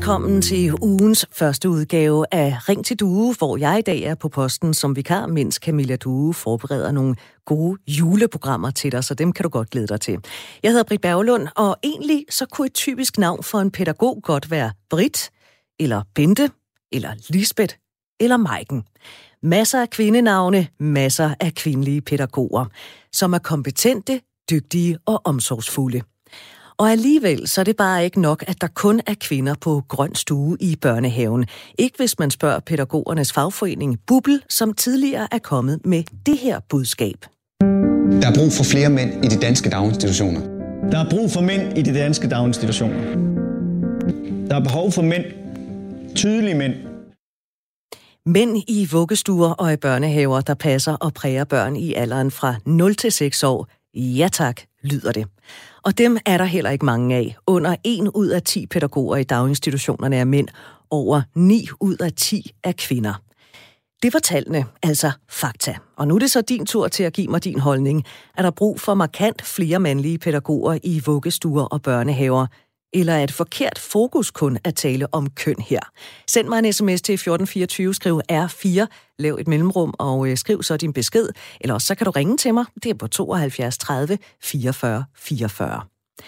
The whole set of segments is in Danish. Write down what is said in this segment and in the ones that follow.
Velkommen til ugens første udgave af Ring til Due, hvor jeg i dag er på posten som vikar, mens Camilla Due forbereder nogle gode juleprogrammer til dig, så dem kan du godt glæde dig til. Jeg hedder Britt Berglund, og egentlig så kunne et typisk navn for en pædagog godt være Britt, eller Bente, eller Lisbeth, eller Maiken. Masser af kvindenavne, masser af kvindelige pædagoger, som er kompetente, dygtige og omsorgsfulde. Og alligevel så er det bare ikke nok, at der kun er kvinder på grøn stue i børnehaven. Ikke hvis man spørger pædagogernes fagforening BUPL, som tidligere er kommet med det her budskab. Der er brug for flere mænd i de danske daginstitutioner. Der er brug for mænd i de danske daginstitutioner. Der er behov for mænd. Tydelige mænd. Mænd i vuggestuer og i børnehaver, der passer og præger børn i alderen fra 0 til 6 år. Ja tak, lyder det. Og dem er der heller ikke mange af. Under 1 ud af 10 pædagoger i daginstitutionerne er mænd. Over 9 ud af 10 er kvinder. Det var tallene, altså fakta. Og nu er det så din tur til at give mig din holdning. Er der brug for markant flere mandlige pædagoger i vuggestuer og børnehaver? Eller er det forkert fokus kun at tale om køn her? Send mig en sms til 1424, skriv R4, lav et mellemrum og skriv så din besked. Eller også så kan du ringe til mig, det er på 72 30 44 44.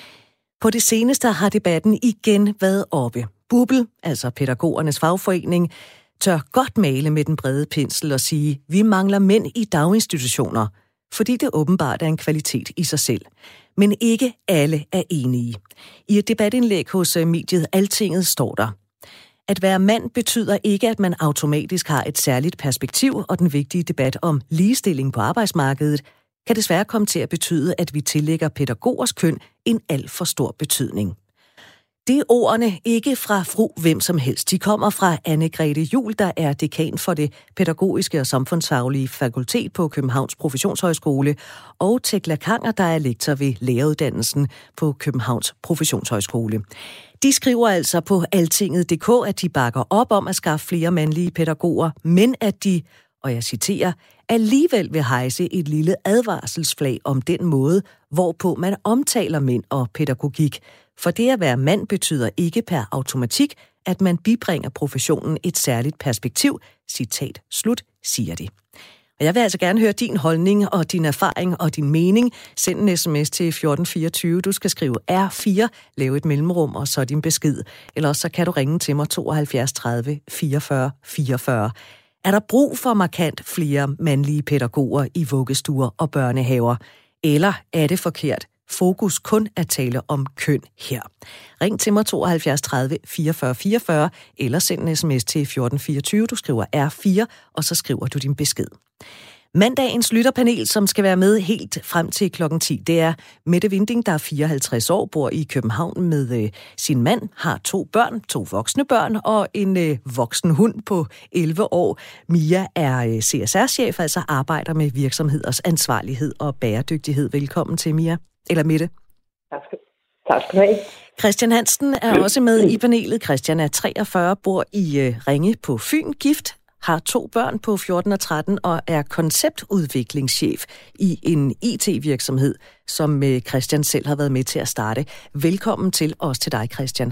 På det seneste har debatten igen været oppe. BUPL, altså pædagogernes fagforening, tør godt male med den brede pensel og sige, vi mangler mænd i daginstitutioner, fordi det åbenbart er en kvalitet i sig selv. Men ikke alle er enige. I et debatindlæg hos mediet Altinget står der: at være mand betyder ikke, at man automatisk har et særligt perspektiv, og den vigtige debat om ligestilling på arbejdsmarkedet kan desværre komme til at betyde, at vi tillægger pædagogers køn en alt for stor betydning. Det er ordene ikke fra fru hvem som helst. De kommer fra Anne-Grethe Juhl, der er dekan for det pædagogiske og samfundsfaglige fakultet på Københavns Professionshøjskole, og Tekla Kanger, der er lektor ved læreruddannelsen på Københavns Professionshøjskole. De skriver altså på altinget.dk, at de bakker op om at skaffe flere mandlige pædagoger, men at de, og jeg citerer, alligevel vil hejse et lille advarselsflag om den måde, hvorpå man omtaler mænd og pædagogik. For det at være mand betyder ikke per automatik, at man bibringer professionen et særligt perspektiv. Citat slut, siger de. Og jeg vil altså gerne høre din holdning og din erfaring og din mening. Send en sms til 1424. Du skal skrive R4, lave et mellemrum og så din besked. Eller så kan du ringe til mig 72 30 44 44. Er der brug for markant flere mandlige pædagoger i vuggestuer og børnehaver? Eller er det forkert fokus kun at tale om køn her? Ring til mig 72 30 44 44, eller send en sms til 1424. Du skriver R4, og så skriver du din besked. Mandagens lytterpanel, som skal være med helt frem til klokken 10, det er Mette Vinding, der er 54 år, bor i København med sin mand, har 2 børn, 2 voksne børn og en voksen hund på 11 år. Mia er CSR-chef, altså arbejder med virksomheders ansvarlighed og bæredygtighed. Velkommen til, Mia. Eller Mette. Tak skal du have. Christian Hansen er også med i panelet. Christian er 43, bor i Ringe på Fyn, gift, har 2 børn på 14 og 13 og er konceptudviklingschef i en IT-virksomhed, som Christian selv har været med til at starte. Velkommen til os til dig, Christian.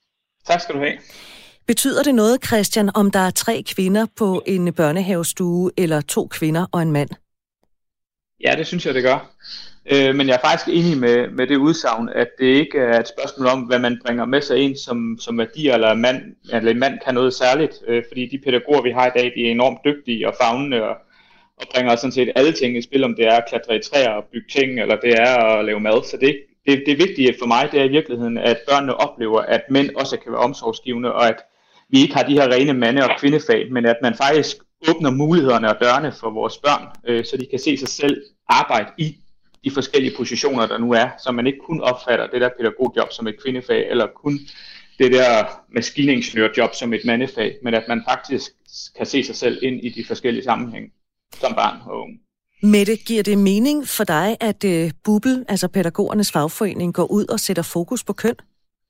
Tak skal du have. Betyder det noget, Christian, om der er 3 kvinder på en børnehavestue eller 2 kvinder og en mand? Ja, det synes jeg, det gør. Men jeg er faktisk enig med det udsagn, at det ikke er et spørgsmål om, hvad man bringer med sig ind som værdier, eller en mand kan noget særligt. Fordi de pædagoger, vi har i dag, de er enormt dygtige og favnende og bringer sådan set alle ting i spil, om det er at klatre i træer og bygge ting, eller det er at lave mad. Så det vigtige for mig, det er i virkeligheden, at børnene oplever, at mænd også kan være omsorgsgivende, og at vi ikke har de her rene mande- og kvindefag, men at man faktisk åbner mulighederne og dørene for vores børn, så de kan se sig selv arbejde i de forskellige positioner, der nu er, så man ikke kun opfatter det der pædagogjob som et kvindefag, eller kun det der maskiningeniørjob som et mandefag, men at man faktisk kan se sig selv ind i de forskellige sammenhænge som barn og unge. Mette, giver det mening for dig, at BUPL, altså pædagogernes fagforening, går ud og sætter fokus på køn?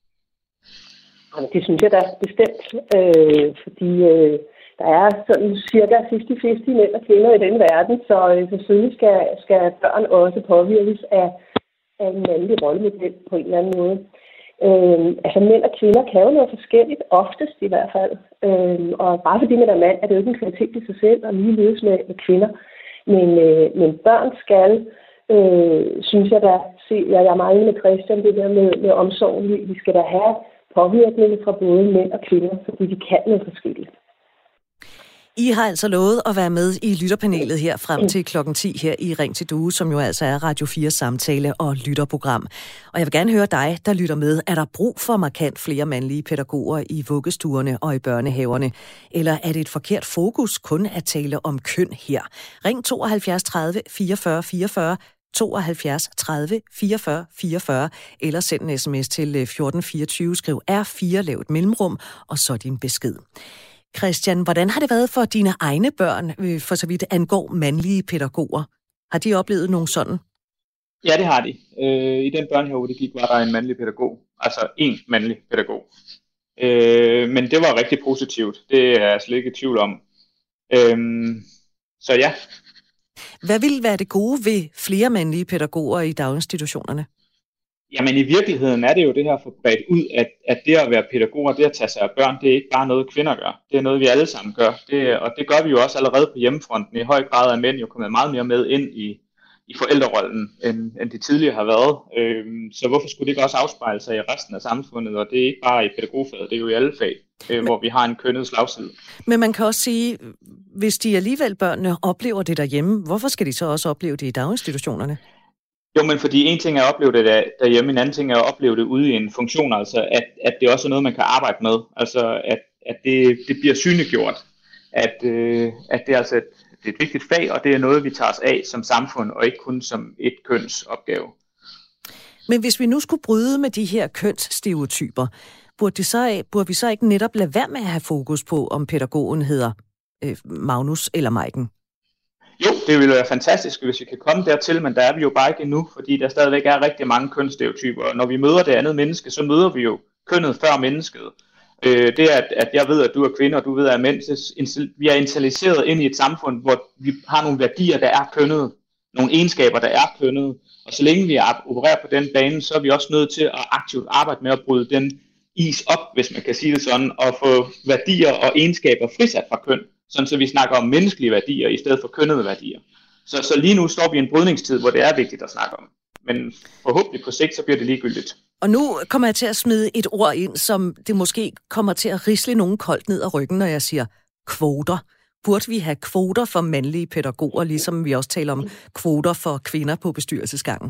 Det synes jeg da bestemt, fordi der er sådan cirka 50-50 mænd og kvinder i den verden, så selvfølgelig skal børn også påvirkes af en mandlig rollemodel på en eller anden måde. Altså mænd og kvinder kan jo noget forskelligt, oftest i hvert fald. Og bare fordi man er mand, er det jo ikke en kvalitet i sig selv, og ligeledes med kvinder. Men børn skal, synes jeg da, jeg er meget enig med Christian, det der med omsorgen, vi skal da have påvirkning fra både mænd og kvinder, fordi de kan noget forskelligt. I har altså lovet at være med i lytterpanelet her frem til klokken 10 her i Ring til Due, som jo altså er Radio 4 samtale- og lytterprogram. Og jeg vil gerne høre dig, der lytter med. Er der brug for markant flere mandlige pædagoger i vuggestuerne og i børnehaverne? Eller er det et forkert fokus kun at tale om køn her? Ring 72 30 44 44, 72 30 44 44, eller send en sms til 1424, skriv R4, lav et mellemrum, og så din besked. Christian, hvordan har det været for dine egne børn, for så vidt angår mandlige pædagoger? Har de oplevet nogen sådan? Ja, det har de. I den børnehave, hvor det gik, var der en mandlig pædagog. Altså en mandlig pædagog. Men det var rigtig positivt. Det er jeg slet ikke i tvivl om. Så ja. Hvad ville være det gode ved flere mandlige pædagoger i daginstitutionerne? Jamen i virkeligheden er det jo det her forbredt ud, at det at være pædagoger, det at tage sig af børn, det er ikke bare noget kvinder gør. Det er noget, vi alle sammen gør. Og det gør vi jo også allerede på hjemmefronten. I høj grad er mænd jo kommet meget mere med ind i forældrerollen, end de tidligere har været. Så hvorfor skulle det ikke også afspejle sig i resten af samfundet? Og det er ikke bare i pædagogfaget, det er jo i alle fag, hvor vi har en kønnet slagside. Men man kan også sige, hvis de alligevel børnene oplever det derhjemme, hvorfor skal de så også opleve det i daginstitutionerne? Jo, men fordi en ting er at opleve det derhjemme, en anden ting er at opleve det ude i en funktion, altså at det også er noget, man kan arbejde med. Altså at det bliver synliggjort, at det er altså det er et vigtigt fag, og det er noget, vi tager os af som samfund, og ikke kun som et kønsopgave. Men hvis vi nu skulle bryde med de her kønsstereotyper, burde vi så ikke netop lade være med at have fokus på, om pædagogen hedder Magnus eller Maiken? Jo, det ville være fantastisk, hvis vi kan komme dertil, men der er vi jo bare ikke endnu, fordi der stadigvæk er rigtig mange kønsstereotyper. Og når vi møder det andet menneske, så møder vi jo kønnet før mennesket. Det at jeg ved, at du er kvinde, og du ved, at jeg er mænd, så vi er internaliseret ind i et samfund, hvor vi har nogle værdier, der er kønnede, nogle egenskaber, der er kønnede. Og så længe vi opererer på den bane, så er vi også nødt til at aktivt arbejde med at bryde den is op, hvis man kan sige det sådan, og få værdier og egenskaber frisat fra køn. Sådan så vi snakker om menneskelige værdier i stedet for kønnede værdier. Så lige nu står vi i en brydningstid, hvor det er vigtigt at snakke om. Men forhåbentlig på sigt, så bliver det ligegyldigt. Og nu kommer jeg til at smide et ord ind, som det måske kommer til at risle nogen koldt ned ad ryggen, når jeg siger kvoter. Burde vi have kvoter for mandlige pædagoger, ligesom vi også taler om kvoter for kvinder på bestyrelsesgangen?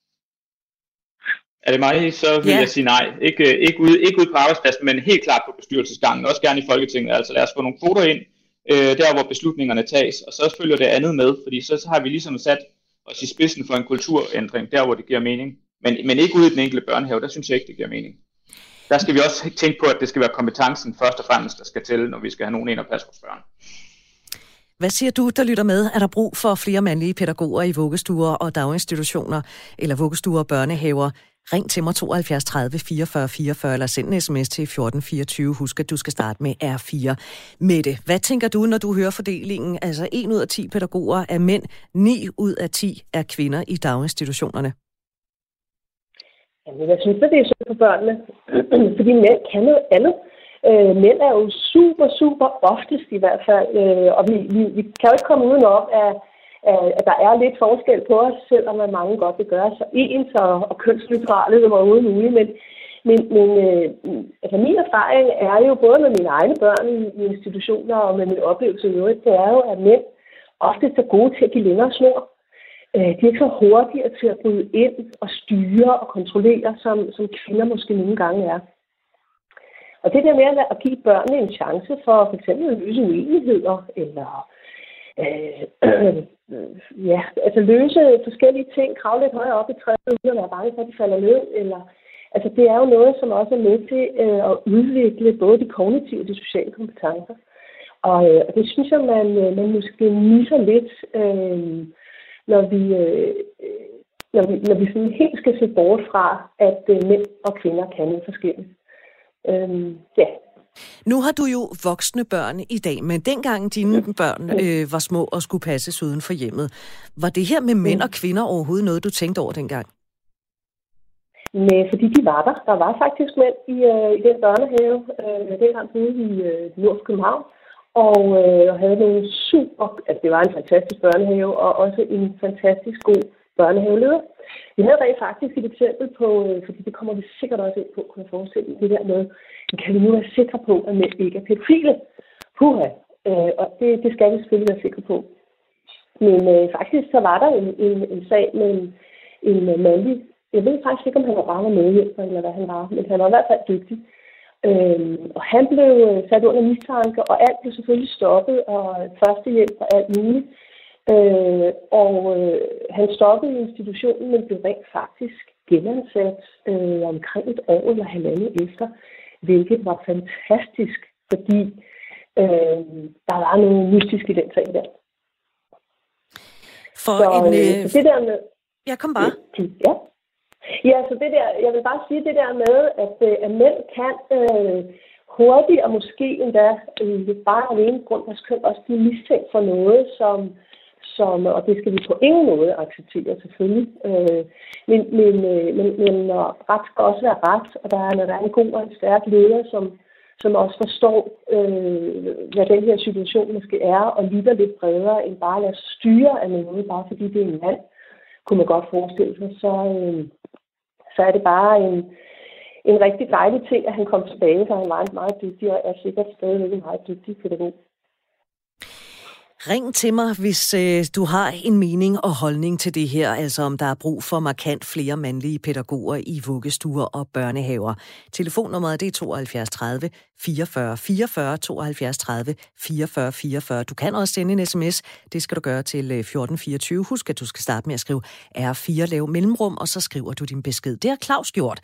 Er det mig, så vil jeg sige nej. Ikke ude på arbejdspladsen, men helt klart på bestyrelsesgangen. Også gerne i Folketinget. Altså lad os få nogle kvoter ind, der hvor beslutningerne tages, og så følger det andet med, fordi så har vi ligesom sat os i spidsen for en kulturændring, der hvor det giver mening. Men ikke ude i den enkelte børnehave, der synes jeg ikke, det giver mening. Der skal vi også tænke på, at det skal være kompetencen først og fremmest, der skal til, når vi skal have nogen ind og passe vores børn. Hvad siger du, der lytter med? Er der brug for flere mandlige pædagoger i vuggestuer og daginstitutioner, eller vuggestuer og børnehaver? Ring til mig 72 30 44 44, eller send en sms til 1424. Husk, at du skal starte med R4. Mette, hvad tænker du, når du hører fordelingen? Altså 1 ud af 10 pædagoger er mænd, 9 ud af 10 er kvinder i daginstitutionerne. Jamen, jeg synes, at det er synd for børnene, fordi mænd kan noget andet. Mænd er jo super oftest i hvert fald, og vi kan jo ikke komme udenom, at der er lidt forskel på os, selvom mange godt vil gøre sig ens og kønsneutrale, det var overhovedet muligt. Men altså min erfaring er jo både med mine egne børn i institutioner og med min oplevelse i øvrigt, det er jo, at mænd oftest er gode til at give længere snor. De er ikke så hurtige til at bryde ind og styre og kontrollere, som kvinder måske nogle gange er. Og det der med at give børnene en chance for f.eks. at løse uenigheder, eller løse forskellige ting, kravle lidt højere op i træet, uden at være bange for, at de falder ned. Eller, altså det er jo noget, som også er med til at udvikle både de kognitive og de sociale kompetencer. Og det synes jeg, man måske misser lidt, når vi sådan helt skal se bort fra, at mænd og kvinder kan noget forskelligt. Nu har du jo voksne børn i dag, men dengang dine børn var små og skulle passes uden for hjemmet, var det her med mænd og kvinder overhovedet noget, du tænkte over dengang? Men fordi de var der. Der var faktisk mænd i den børnehave, dengang boede i Nord København, og havde nogle altså det var en fantastisk børnehave, og også en fantastisk god børnehaveleder. Vi havde rent faktisk et eksempel på, fordi det kommer vi sikkert også ind på, kunne jeg forestille det der med, kan vi nu være sikre på, at mænd ikke er pædofile? Puha! Og det skal vi selvfølgelig være sikre på. Men faktisk så var der en sag med en mandlig, jeg ved faktisk ikke, om han var bare medhjælper, eller hvad han var, men han var i hvert fald dygtig. Og han blev sat under mistanke, og alt blev selvfølgelig stoppet, og førstehjælp og alt muligt. Han stoppede i institutionen, men blev rent faktisk genansat omkring et år eller halvandet efter, hvilket var fantastisk, fordi der var noget mystisk i den sag der. Så det der med... Ja, kom bare. Ja, så det der, jeg vil bare sige det der med, at mænd kan hurtigt og måske endda bare af en grund deres køn også blive mistænkt for noget, som og det skal vi på ingen måde acceptere selvfølgelig. Men ret skal også være ret, og når der er en god og en stærk leder, som også forstår, hvad den her situation måske er, og lytter lidt bredere end bare at lade styre af noget, bare fordi det er en mand, kunne man godt forestille sig, så er det bare en rigtig dejlig ting, at han kom tilbage, for han var en meget dygtig, og er sikkert stadigvæk en meget dygtig pædagog. Ring til mig, hvis du har en mening og holdning til det her, altså om der er brug for markant flere mandlige pædagoger i vuggestuer og børnehaver. Telefonnummeret er 72 30 44 44, 72 30 44 44. Du kan også sende en sms, det skal du gøre til 1424. Husk, at du skal starte med at skrive R4, lav mellemrum, og så skriver du din besked. Det har Claus gjort.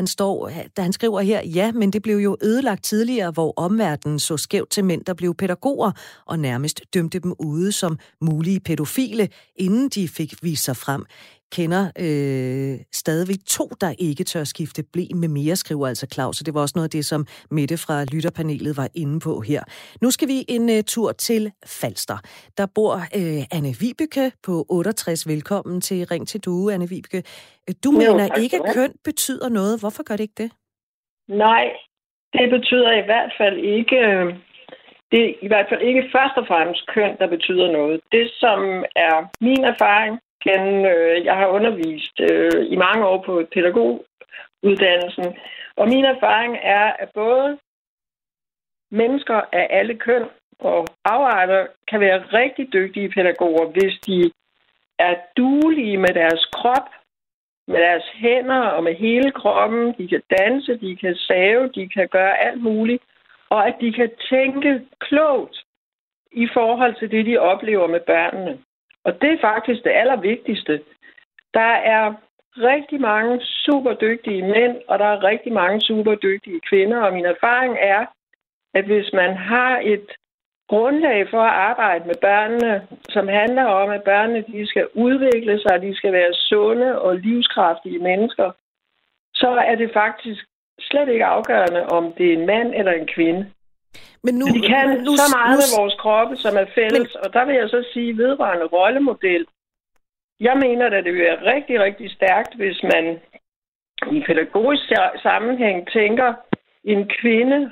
Da han skriver her, ja, men det blev jo ødelagt tidligere, hvor omverdenen så skævt til mænd, der blev pædagoger, og nærmest dømte dem ude som mulige pædofile, inden de fik vist sig frem. Kender stadigvæk 2, der ikke tør skifte ble med mere, skriver altså Claus. Og det var også noget af det, som Mette fra lytterpanelet var inde på her. Nu skal vi en tur til Falster. Der bor Anne Vibeke på 68. Velkommen til Ring til Due, Anne Vibeke. Du mener ikke, at køn betyder noget. Hvorfor gør det ikke det? Nej, det betyder i hvert fald ikke... Det er i hvert fald ikke først og fremmest køn, der betyder noget. Det, som er min erfaring, jeg har undervist i mange år på pædagoguddannelsen, og min erfaring er, at både mennesker af alle køn og afarter kan være rigtig dygtige pædagoger, hvis de er duelige med deres krop, med deres hænder og med hele kroppen. De kan danse, de kan save, de kan gøre alt muligt. Og at de kan tænke klogt i forhold til det, de oplever med børnene. Og det er faktisk det allervigtigste. Der er rigtig mange super dygtige mænd, og der er rigtig mange super dygtige kvinder. Og min erfaring er, at hvis man har et grundlag for at arbejde med børnene, som handler om, at børnene de skal udvikle sig, de skal være sunde og livskraftige mennesker, så er det faktisk slet ikke afgørende, om det er en mand eller en kvinde. Men de kan så meget med vores kroppe, som er fælles. Og der vil jeg så sige, vedrørende rollemodel. Jeg mener, at det vil være rigtig, rigtig stærkt, hvis man i pædagogisk sammenhæng tænker en kvinde,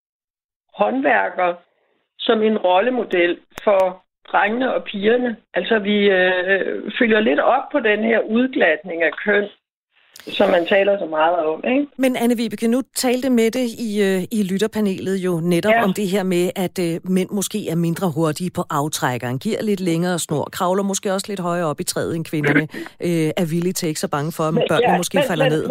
håndværker, som en rollemodel for drengene og pigerne. Altså, vi følger lidt op på den her udglatning af køn, som man taler så meget om, ikke? Men Anne-Vibeke, nu talte Mette i lytterpanelet jo netop om det her med, at mænd måske er mindre hurtige på aftrækkeren, giver lidt længere snor, kravler måske også lidt højere op i træet, end kvinderne er villige til, ikke så bange for, at børnene måske falder ned.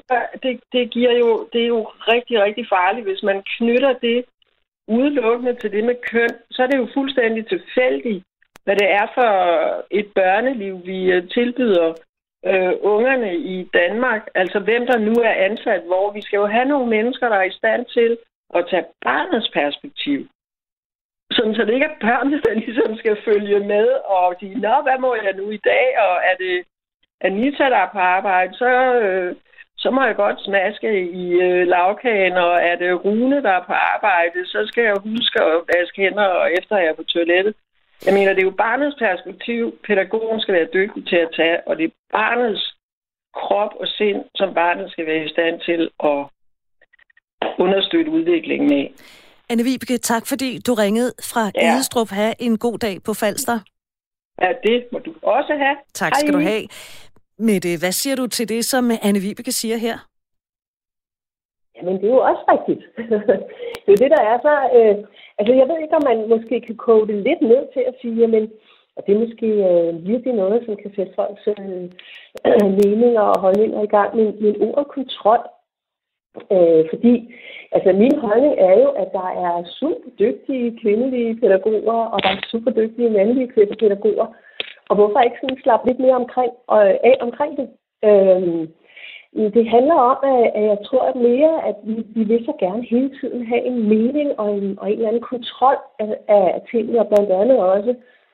Det er jo rigtig, rigtig farligt, hvis man knytter det udelukkende til det med køn, så er det jo fuldstændig tilfældigt, hvad det er for et børneliv, vi tilbyder ungerne i Danmark, altså hvem der nu er ansat, hvor vi skal jo have nogle mennesker, der er i stand til at tage barnets perspektiv. Sådan så det ikke er børnene, der ligesom skal følge med og sige, nå, hvad må jeg nu i dag, og er det Anita, der er på arbejde, så må jeg godt smaske i lavkagen, og er det Rune, der er på arbejde, så skal jeg huske at vaske hænder, og efter jeg er på toilettet. Jeg mener, det er jo barnets perspektiv, pædagogen skal være dygtig til at tage, og det er barnets krop og sind, som barnet skal være i stand til at understøtte udviklingen af. Anne-Vibeke, tak fordi du ringede fra Idestrup. Ha' en god dag på Falster. Ja, det må du også have. Tak skal du have. Mette, hvad siger du til det, som Anne-Vibeke siger her? Jamen, det er jo også rigtigt. Det er jo det, der er så... altså, jeg ved ikke, om man måske kan koge det lidt ned til at sige, jamen, og det er måske virkelig noget, som kan sætte folks meninger og holdninger i gang, men ordet kontrol. Fordi, altså min holdning er jo, at der er super dygtige kvindelige pædagoger, og der er super dygtige mandlige pædagoger. Og hvorfor ikke sådan slappe lidt mere omkring det? Det handler om, at jeg tror at mere, at vi vil så gerne hele tiden have en mening og en eller anden kontrol af tingene, og blandt andet også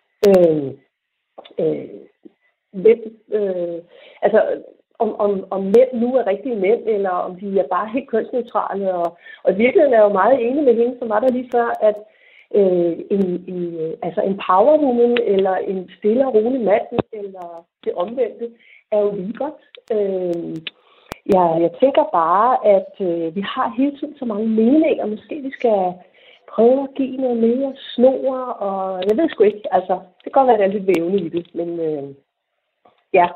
om mænd nu er rigtige mænd, eller om de er bare helt kønsneutrale. Og i virkeligheden er jeg jo meget enig med hende, som var der lige før, at en powerwoman, eller en stille og rolig mand, eller det omvendte, er jo lige godt. Jeg tænker bare, at vi har hele tiden så mange meninger. Måske vi skal prøve at give noget mere snor, og jeg ved sgu ikke. Altså, det kan godt være, at der er lidt vævende i det, men ja.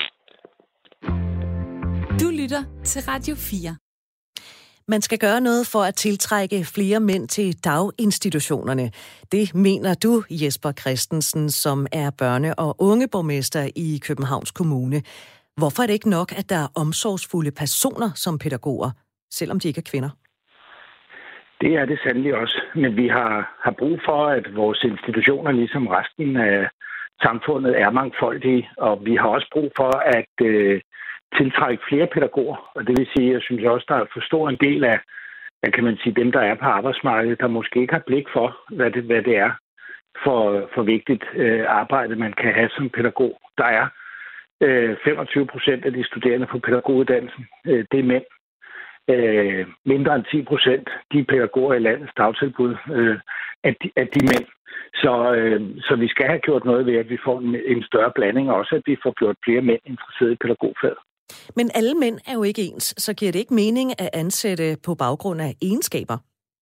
Du lytter til Radio 4. Man skal gøre noget for at tiltrække flere mænd til daginstitutionerne. Det mener du, Jesper Christensen, som er børne- og ungeborgmester i Københavns Kommune. Hvorfor er det ikke nok, at der er omsorgsfulde personer som pædagoger, selvom de ikke er kvinder? Det er det sandelig også. Men vi har brug for, at vores institutioner, ligesom resten af samfundet, er mangfoldige. Og vi har også brug for at tiltrække flere pædagoger. Og det vil sige, jeg synes også, der er for stor en del af, hvad kan man sige, dem, der er på arbejdsmarkedet, der måske ikke har blik for, hvad det er for vigtigt arbejde, man kan have som pædagog. Der er 25% af de studerende på pædagoguddannelsen, det er mænd. Mindre end 10% de pædagoger i landets dagtilbud, at de mænd. Så vi skal have gjort noget ved, at vi får en større blanding, og også at vi får gjort flere mænd interesseret i pædagogfaget. Men alle mænd er jo ikke ens, så giver det ikke mening at ansætte på baggrund af egenskaber?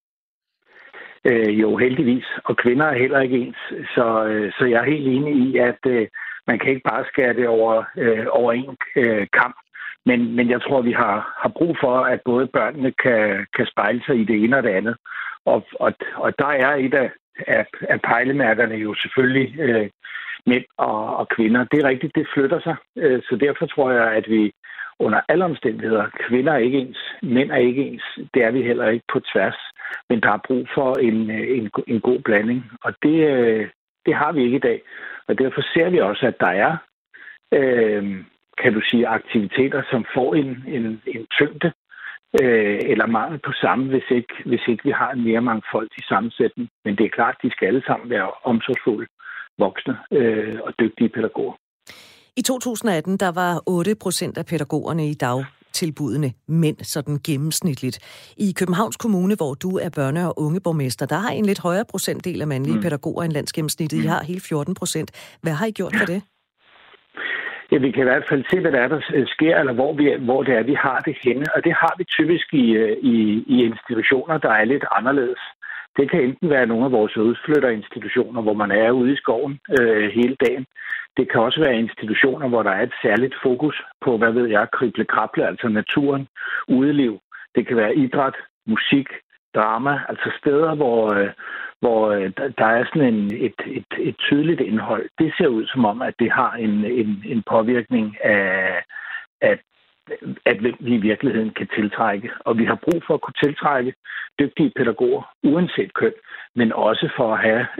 Jo, heldigvis. Og kvinder er heller ikke ens. Så jeg er helt enig i, at man kan ikke bare skære det over en kamp. Men jeg tror, vi har brug for, at både børnene kan spejle sig i det ene og det andet. Og der er et af pejlemærkerne jo selvfølgelig mænd og kvinder. Det er rigtigt, det flytter sig. Så derfor tror jeg, at vi under alle omstændigheder, kvinder er ikke ens, mænd er ikke ens. Det er vi heller ikke på tværs. Men der er brug for en god blanding. Og det har vi ikke i dag. Og derfor ser vi også, at der er kan du sige, aktiviteter, som får en tyngde eller mangel på samme, hvis ikke vi har en mere mangfoldig sammensætning. Men det er klart, at de skal alle sammen være omsorgsfulde, voksne og dygtige pædagoger. I 2018, der var 8% af pædagogerne i dagtilbudene mænd, sådan gennemsnitligt. I Københavns Kommune, hvor du er børne- og ungeborgmester, der har en lidt højere procentdel af mandlige pædagoger end landsgennemsnittet. I har hele 14%. Hvad har I gjort for det? Ja, vi kan i hvert fald se, hvad der sker, eller hvor det er, vi har det henne. Og det har vi typisk i institutioner, der er lidt anderledes. Det kan enten være nogle af vores udflytterinstitutioner, hvor man er ude i skoven hele dagen. Det kan også være institutioner, hvor der er et særligt fokus på, krible-krable, altså naturen, udeliv. Det kan være idræt, musik, drama, altså steder, hvor der er sådan et tydeligt indhold. Det ser ud som om, at det har en påvirkning af at vi i virkeligheden kan tiltrække. Og vi har brug for at kunne tiltrække dygtige pædagoger, uanset køn, men også for at have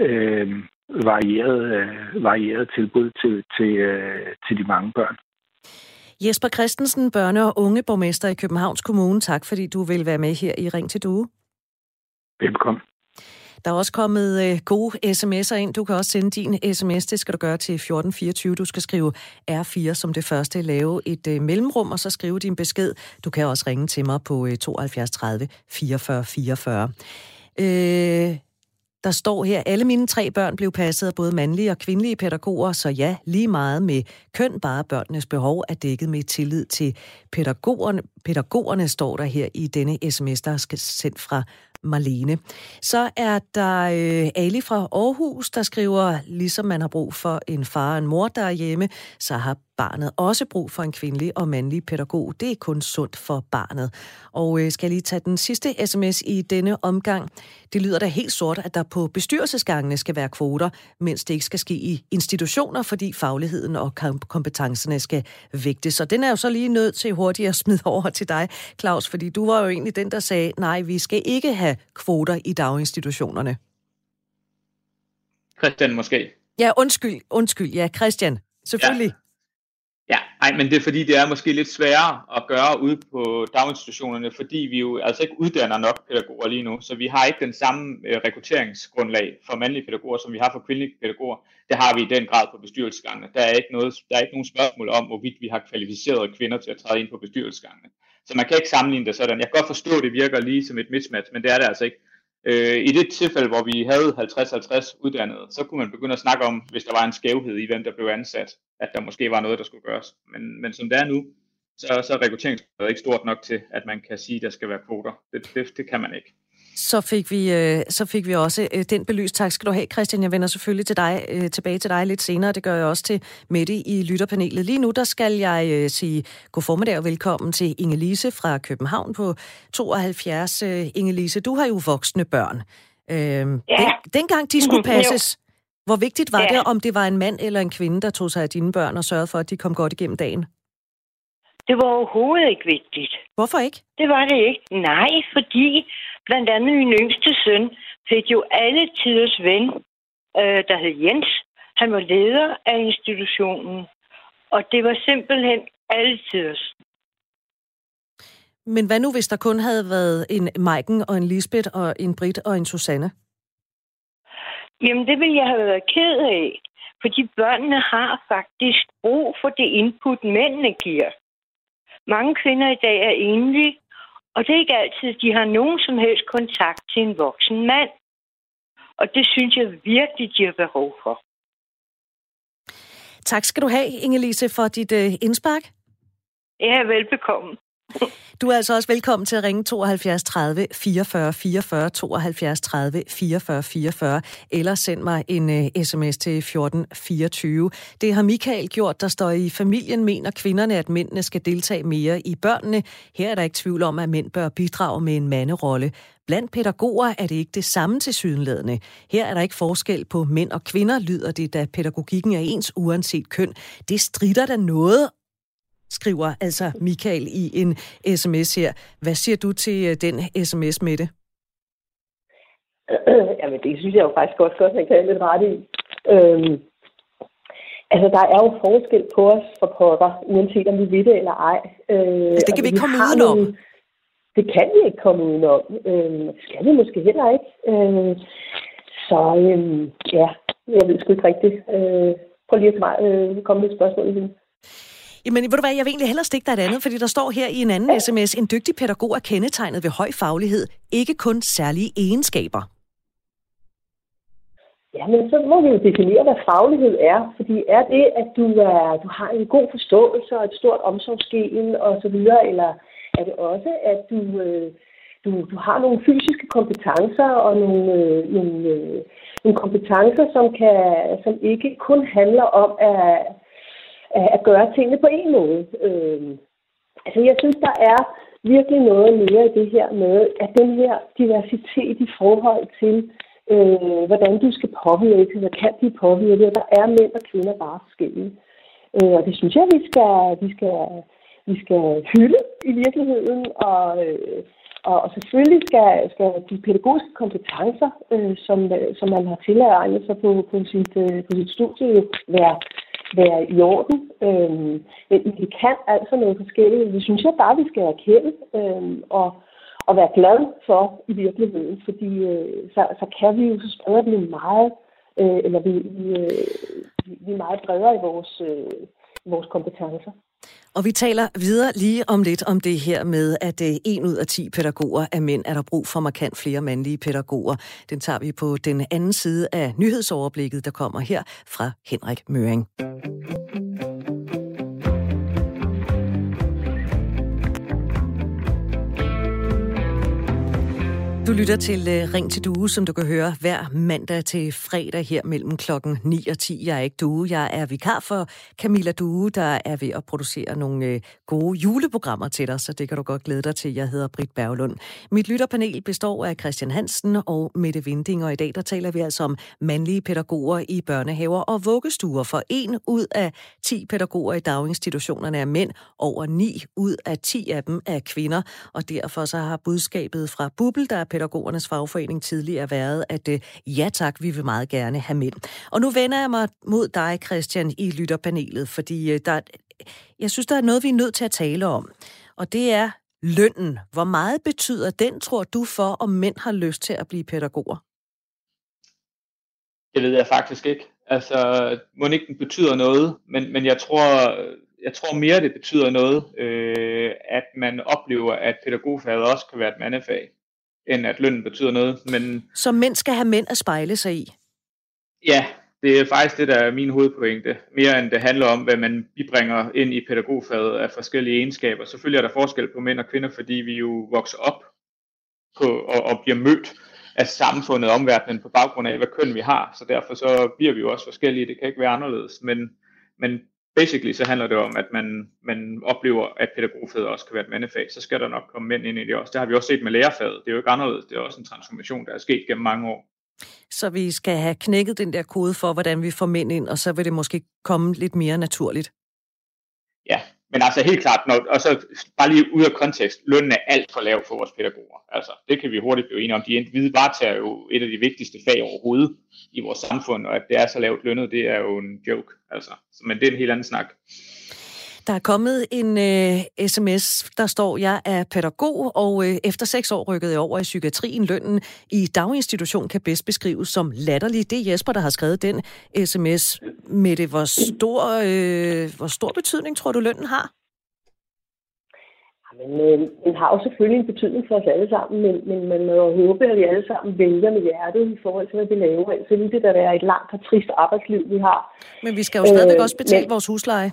varieret tilbud til de mange børn. Jesper Christensen, børne- og ungeborgmester i Københavns Kommune. Tak, fordi du vil være med her i Ring til Due. Velkommen. Der er også kommet gode sms'er ind. Du kan også sende din sms. Det skal du gøre til 1424. Du skal skrive R4 som det første. Lave et mellemrum, og så skrive din besked. Du kan også ringe til mig på 72 30 44 44. Der står her, alle mine 3 børn blev passet af både mandlige og kvindelige pædagoger, så ja, lige meget med køn, bare børnenes behov er dækket med tillid til pædagogerne. Pædagogerne står der her i denne sms, der er sendt fra Marlene. Så er der Ali fra Aarhus, der skriver, ligesom man har brug for en far og en mor derhjemme, så har barnet også brug for en kvindelig og mandlig pædagog. Det er kun sundt for barnet. Og skal jeg lige tage den sidste sms i denne omgang. Det lyder da helt sort, at der på bestyrelsesgangene skal være kvoter, mens det ikke skal ske i institutioner, fordi fagligheden og kompetencerne skal vægtes. Og den er jo så lige nødt til hurtigt at smide over til dig, Claus, fordi du var jo egentlig den, der sagde, nej, vi skal ikke have kvoter i daginstitutionerne. Christian måske. Ja, undskyld. Ja, Christian. Selvfølgelig. Ja, men det er fordi, det er måske lidt sværere at gøre ude på daginstitutionerne, fordi vi jo altså ikke uddanner nok pædagoger lige nu, så vi har ikke den samme rekrutteringsgrundlag for mandlige pædagoger, som vi har for kvindelige pædagoger. Det har vi i den grad på bestyrelsesgangene. Der er ikke nogen spørgsmål om, hvorvidt vi har kvalificerede kvinder til at træde ind på bestyrelsesgangene. Så man kan ikke sammenligne det sådan. Jeg kan godt forstå, at det virker lige som et mismatch, men det er det altså ikke. I det tilfælde, hvor vi havde 50-50 uddannede, så kunne man begynde at snakke om, hvis der var en skævhed i, hvem der blev ansat, at der måske var noget, der skulle gøres. Men som det er nu, så er rekrutteringsgraden ikke stort nok til, at man kan sige, at der skal være kvoter. Det kan man ikke. Så fik vi også den belyst. Tak skal du have, Christian. Jeg vender selvfølgelig tilbage til dig lidt senere. Det gør jeg også til Mette i lytterpanelet. Lige nu der skal jeg sige god formiddag og velkommen til Inge-Lise fra København på 72. Inge-Lise, du har jo voksne børn. Dengang de skulle passes, hvor vigtigt var det, om det var en mand eller en kvinde, der tog sig af dine børn og sørgede for, at de kom godt igennem dagen? Det var overhovedet ikke vigtigt. Hvorfor ikke? Det var det ikke. Nej, fordi blandt andet min yngste søn fik jo alle tiders ven, der hed Jens. Han var leder af institutionen, og det var simpelthen alle tiders. Men hvad nu, hvis der kun havde været en Maiken og en Lisbeth og en Britt og en Susanne? Jamen, det ville jeg have været ked af, fordi børnene har faktisk brug for det input, mændene giver. Mange kvinder i dag er enlige, og det er ikke altid, de har nogen som helst kontakt til en voksen mand. Og det synes jeg virkelig, de har behov for. Tak skal du have, Inge-Lise, for dit indspark. Ja, velbekomme. Du er altså også velkommen til at ringe 72 30 44 44, 72 30 44 44, eller send mig en sms til 1424. Det har Michael gjort, der står i familien, mener kvinderne, at mændene skal deltage mere i børnene. Her er der ikke tvivl om, at mænd bør bidrage med en manderolle. Blandt pædagoger er det ikke det samme tilsyneladende. Her er der ikke forskel på mænd og kvinder, lyder det, da pædagogikken er ens uanset køn. Det strider der noget, skriver altså Michael i en sms her. Hvad siger du til den sms, Mette? Jamen, det synes jeg jo faktisk godt, man kan lidt ret i. Altså, der er jo forskel på os for pokker, uanset om vi ved det eller ej. Det kan vi ikke komme udenom. Det kan vi ikke komme udenom. Det skal vi måske heller ikke. Jeg ved sgu ikke rigtigt. Prøv lige at komme med et spørgsmål igen. Jamen, ved du hvad, jeg vil egentlig hellere stikke dig et andet, fordi der står her i en anden sms, en dygtig pædagog er kendetegnet ved høj faglighed, ikke kun særlige egenskaber. Ja, men så må vi jo definere, hvad faglighed er, fordi er det, at du har en god forståelse og et stort omsorgsgen og så videre, eller er det også, at du har nogle fysiske kompetencer og nogle kompetencer, som ikke kun handler om at gøre tingene på en måde. Altså, jeg synes, der er virkelig noget mere i det her med, at den her diversitet i forhold til, hvordan du skal påvirke, hvad kan de påvirke, der er mænd og kvinder bare forskellige. Og det synes jeg, vi skal hylde i virkeligheden, og selvfølgelig skal de pædagogiske kompetencer, som man har tilegnet sig på sit studie, være i orden. Men vi kan altså noget forskelligt. Det synes jeg bare, vi skal erkende og være glade for i virkeligheden, fordi så kan vi jo så sprede det meget, eller vi er meget bredere i vores kompetencer. Og vi taler videre lige om lidt om det her med, at 1 ud af 10 pædagoger er mænd. Er der brug for markant flere mandlige pædagoger? Den tager vi på den anden side af nyhedsoverblikket, der kommer her fra Henrik Møring. Du lytter til Ring til Due, som du kan høre hver mandag til fredag her mellem klokken 9 og 10. Jeg er ikke Due, jeg er vikar for Camilla Due, der er ved at producere nogle gode juleprogrammer til dig, så det kan du godt glæde dig til. Jeg hedder Britt Berglund. Mit lytterpanel består af Christian Hansen og Mette Vinding, og i dag der taler vi altså om mandlige pædagoger i børnehaver og vuggestuer. For 1 ud af 10 pædagoger i daginstitutionerne er mænd, over 9 ud af 10 af dem er kvinder, og derfor så har budskabet fra BUPL, der er pædagogernes fagforening, tidligere været, at ja tak, vi vil meget gerne have mænd. Og nu vender jeg mig mod dig, Christian, i lytterpanelet, fordi jeg synes, der er noget, vi er nødt til at tale om, og det er lønnen. Hvor meget betyder den, tror du, for om mænd har lyst til at blive pædagoger? Det ved jeg faktisk ikke. Altså, må ikke den betyder noget, men jeg tror mere, det betyder noget, at man oplever, at pædagogfaget også kan være et mandefag, end at lønnen betyder noget. Men så mænd skal have mænd at spejle sig i? Ja, det er faktisk det, der er min hovedpointe. Mere end det handler om, hvad man bibringer ind i pædagogfaget af forskellige egenskaber. Selvfølgelig er der forskel på mænd og kvinder, fordi vi jo vokser op på og bliver mødt af samfundet og omverdenen på baggrund af, hvad køn vi har. Så derfor så bliver vi jo også forskellige. Det kan ikke være anderledes. Men basically så handler det om, at man oplever, at pædagogfaget også kan være et mandefag. Så skal der nok komme mænd ind i det også. Det har vi også set med lærerfaget. Det er jo ikke anderledes. Det er også en transformation, der er sket gennem mange år. Så vi skal have knækket den der kode for, hvordan vi får mænd ind, og så vil det måske komme lidt mere naturligt. Ja, men altså helt klart, og så bare lige ud af kontekst, lønnen er alt for lav for vores pædagoger. Altså, det kan vi hurtigt blive enige om. De varetager jo et af de vigtigste fag overhovedet i vores samfund, og at det er så lavt lønnet, det er jo en joke. Altså, men det er en helt anden snak. Der er kommet en sms, der står, jeg er pædagog, og efter 6 år rykkede jeg over i psykiatrien. Lønnen i daginstitution kan bedst beskrives som latterlig. Det er Jesper, der har skrevet den sms. Mette, hvor stor betydning tror du, lønnen har? Men den har jo selvfølgelig en betydning for os alle sammen, men man må håbe, at vi alle sammen vælger med hjertet i forhold til, hvad vi laver. Så vil det da være et langt og trist arbejdsliv, vi har. Men vi skal jo stadigvæk også betale vores husleje.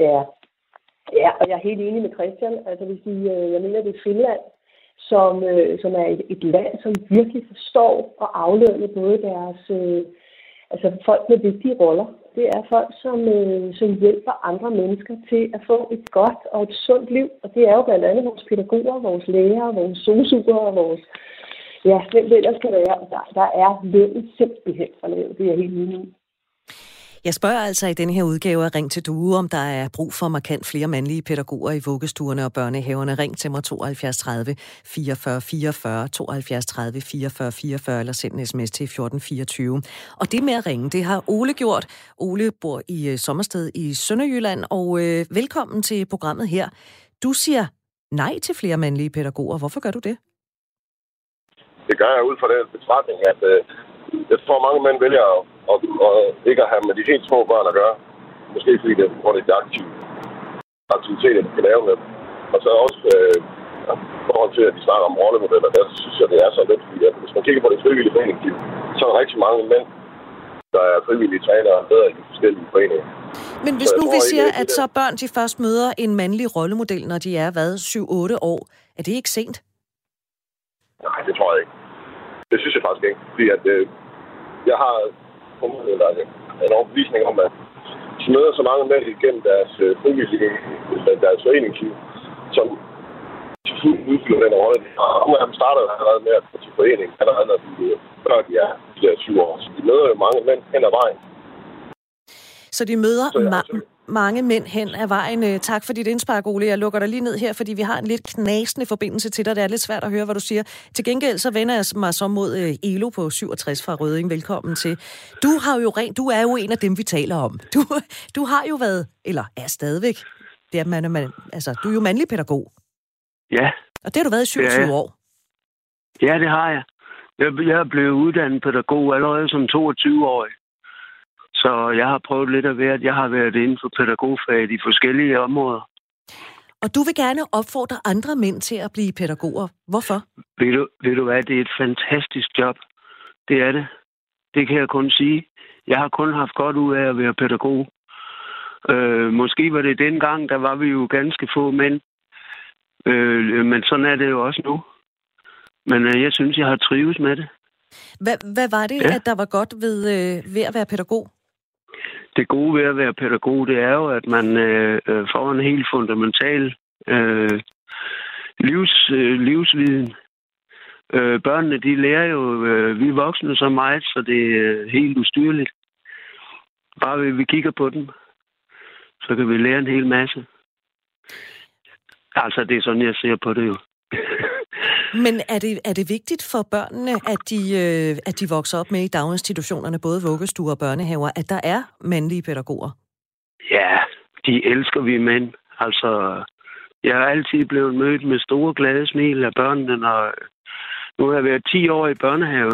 Ja, og jeg er helt enig med Christian. Altså, jeg mener, det er Finland, som er et land, som virkelig forstår at aflønne både deres folk med vigtige roller. Det er folk, som hjælper andre mennesker til at få et godt og et sundt liv. Og det er jo blandt andet vores pædagoger, vores lærere, vores sosu'er og vores... Ja, hvem det ellers skal være. Der er lønnen simpelthen for lav. Det er jeg helt enig i. Jeg spørger altså i denne her udgave af Ring til Due, om der er brug for markant flere mandlige pædagoger i vuggestuerne og børnehaverne. Ring til mig 72 30 44 44, 72 30 44 44, eller send en sms til 1424. Og det med at ringe, det har Ole gjort. Ole bor i Sommersted i Sønderjylland, og velkommen til programmet her. Du siger nej til flere mandlige pædagoger. Hvorfor gør du det? Det gør jeg ud fra den betragtning, at jeg tror, mange mænd vælger og ikke at have med de helt små børn at gøre. Måske fordi det er på grund af de aktiviteter, de kan lave med dem. Og så også i forhold til, at de snakker om rollemodeller, der synes jeg, det er så lidt. Fordi at hvis man kigger på det frivillige foreningsliv, så er der rigtig mange mænd, der er frivillige trænere og bedre i de forskellige foreninger. Men hvis nu vi siger, at så børn de først møder en mandlig rollemodel, når de er, 7-8 år, er det ikke sent? Nej, det tror jeg ikke. Det synes jeg faktisk ikke. Fordi at jeg har en overbevisning om, at de møder så mange mænd igennem deres frivillige, deres foreningsliv, som til fuldt udfylder den rolle. Og nogle af dem starter allerede med at gå til forening, allerede når før de er 7 år. Så de møder jo mange mænd hen ad vejen. Så de møder mange mænd hen ad vejen. Tak for dit indspark, Ole. Jeg lukker dig lige ned her, fordi vi har en lidt knasende forbindelse til dig. Det er lidt svært at høre, hvad du siger. Til gengæld så vender jeg mig så mod Elo på 67 fra Rødding. Velkommen til. Du er jo en af dem, vi taler om. Du har jo været, eller er stadigvæk, det er, du er jo mandlig pædagog. Ja. Og det har du været i 27 år. Ja, det har jeg. Jeg er blevet uddannet pædagog allerede som 22-årig. Så jeg har prøvet lidt af hvert. Jeg har været inden for pædagogfaget i forskellige områder. Og du vil gerne opfordre andre mænd til at blive pædagoger. Hvorfor? Ved du hvad, det er et fantastisk job. Det er det. Det kan jeg kun sige. Jeg har kun haft godt ud af at være pædagog. Måske var det dengang, der var vi jo ganske få mænd. Men sådan er det jo også nu. Men jeg synes, jeg har trives med det. Hvad var det, at der var godt ved at være pædagog? Det gode ved at være pædagog, det er jo, at man får en helt fundamental livsviden. Børnene, de lærer jo, vi voksne så meget, så det er helt ustyrligt. Bare vi kigger på dem, så kan vi lære en hel masse. Altså, det er sådan, jeg ser på det jo. Men er det vigtigt for børnene, at de vokser op med i daginstitutionerne, både vuggestuer og børnehaver, at der er mandlige pædagoger? Ja, de elsker vi mænd. Altså, jeg har altid blevet mødt med store glade smil af børnene, når nu har jeg været 10 år i børnehave.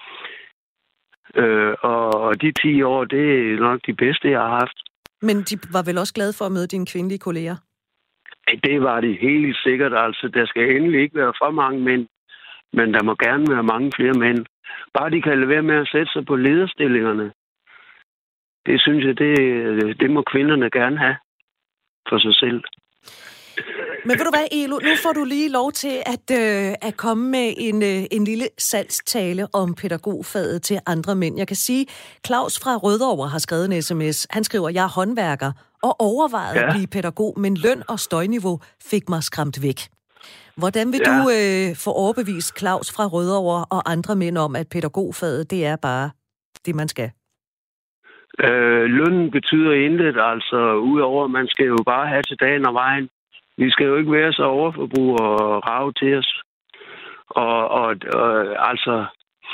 Og de 10 år, det er nok de bedste, jeg har haft. Men de var vel også glade for at møde dine kvindelige kolleger? Det var det helt sikkert. Altså, der skal endelig ikke være for mange mænd, men der må gerne være mange flere mænd. Bare de kan lade være med at sætte sig på lederstillingerne. Det synes jeg, det må kvinderne gerne have for sig selv. Men ved du hvad, Elo, nu får du lige lov til at komme med en lille salgstale om pædagogfaget til andre mænd. Jeg kan sige, Claus fra Rødovre har skrevet en sms. Han skriver, jeg er håndværker og overvejede at blive pædagog, men løn og støjniveau fik mig skræmt væk. Hvordan vil du få overbevist Claus fra Rødovre og andre mænd om, at pædagogfaget, det er bare det, man skal? Lønnen betyder intet, altså udover, man skal jo bare have til dagen og vejen. Vi skal jo ikke være så overforbrug og rave til os. Og altså,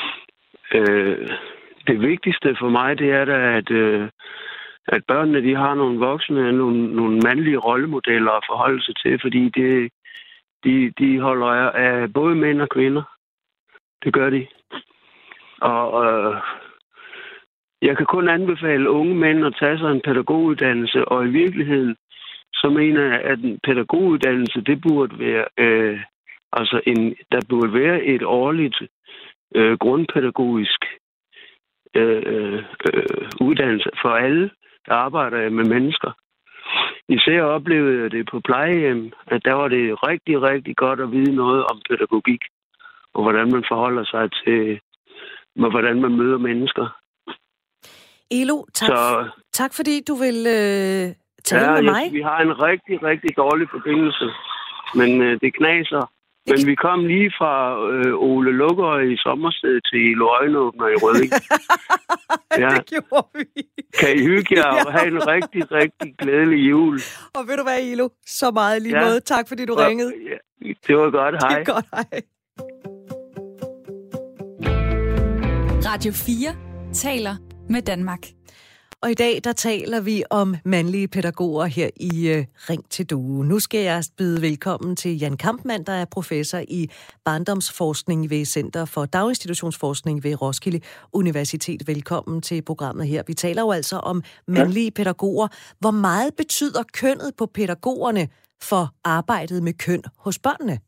det vigtigste for mig, det er da, at børnene, de har nogle voksne, nogle mandlige rollemodeller at forholde sig til, fordi de holder af både mænd og kvinder. Det gør de. Og jeg kan kun anbefale unge mænd at tage sig en pædagoguddannelse, og i virkeligheden, så mener jeg, at en pædagoguddannelse, det burde være, der burde være et årligt grundpædagogisk uddannelse for alle, der arbejder med mennesker. Især oplevede jeg det på plejehjem, at der var det rigtig, rigtig godt at vide noget om pædagogik, og hvordan man forholder sig til, hvordan man møder mennesker. Elo, tak fordi du vil tale med mig. Vi har en rigtig, rigtig dårlig forbindelse, men det knaser. Men vi kom lige fra Ole Lukker i Sommersted til Elo Øjenåbner i Rødding. Det gjorde vi. Kan I hygge jer og have en rigtig, rigtig glædelig jul. Og ved du hvad, Elo? Så meget lige måde. Tak fordi du ringede. Ja, det var godt. Hej. Det er godt, hej. Radio 4 taler med Danmark. Og i dag, der taler vi om mandlige pædagoger her i Ring til Due. Nu skal jeg byde velkommen til Jan Kampmann, der er professor i barndomsforskning ved Center for Daginstitutionsforskning ved Roskilde Universitet. Velkommen til programmet her. Vi taler jo altså om mandlige pædagoger. Hvor meget betyder kønnet på pædagogerne for arbejdet med køn hos børnene?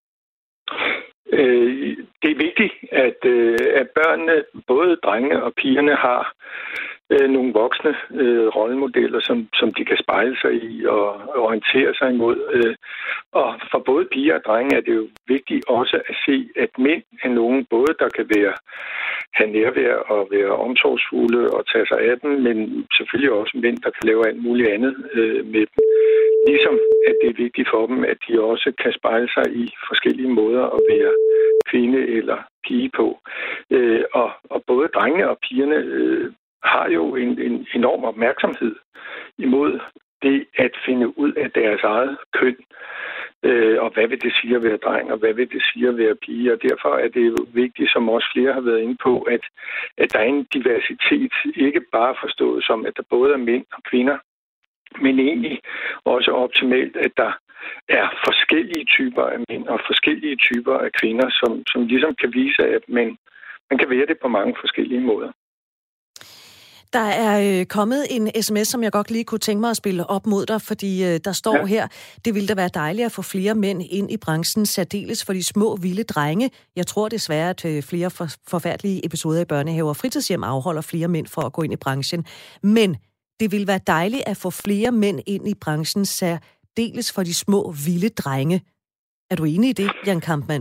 Det er vigtigt, at børnene, både drengene og pigerne, har nogle voksne rollemodeller, som de kan spejle sig i og orientere sig imod. Og for både piger og drenge er det jo vigtigt også at se, at mænd er nogen, både der kan have nærvær og være omsorgsfulde og tage sig af dem, men selvfølgelig også mænd, der kan lave alt muligt andet med dem. Ligesom at det er vigtigt for dem, at de også kan spejle sig i forskellige måder at være kvinde eller pige på. Og både drengene og pigerne har jo en enorm opmærksomhed imod det at finde ud af deres eget køn. Og hvad vil det sige at være dreng, og hvad vil det sige at være pige? Og derfor er det jo vigtigt, som også flere har været inde på, at der er en diversitet, ikke bare forstået som, at der både er mænd og kvinder, men egentlig også optimalt, at der er forskellige typer af mænd og forskellige typer af kvinder, som ligesom kan vise, at man kan være det på mange forskellige måder. Der er kommet en sms, som jeg godt lige kunne tænke mig at spille op mod dig, fordi der står her, det ville da være dejligt at få flere mænd ind i branchen, særdeles for de små, vilde drenge. Jeg tror desværre, at flere forfærdelige episoder i børnehaver og fritidshjem afholder flere mænd for at gå ind i branchen. Men det ville være dejligt at få flere mænd ind i branchen, særdeles for de små, vilde drenge. Er du enig i det, Jan Kampmann?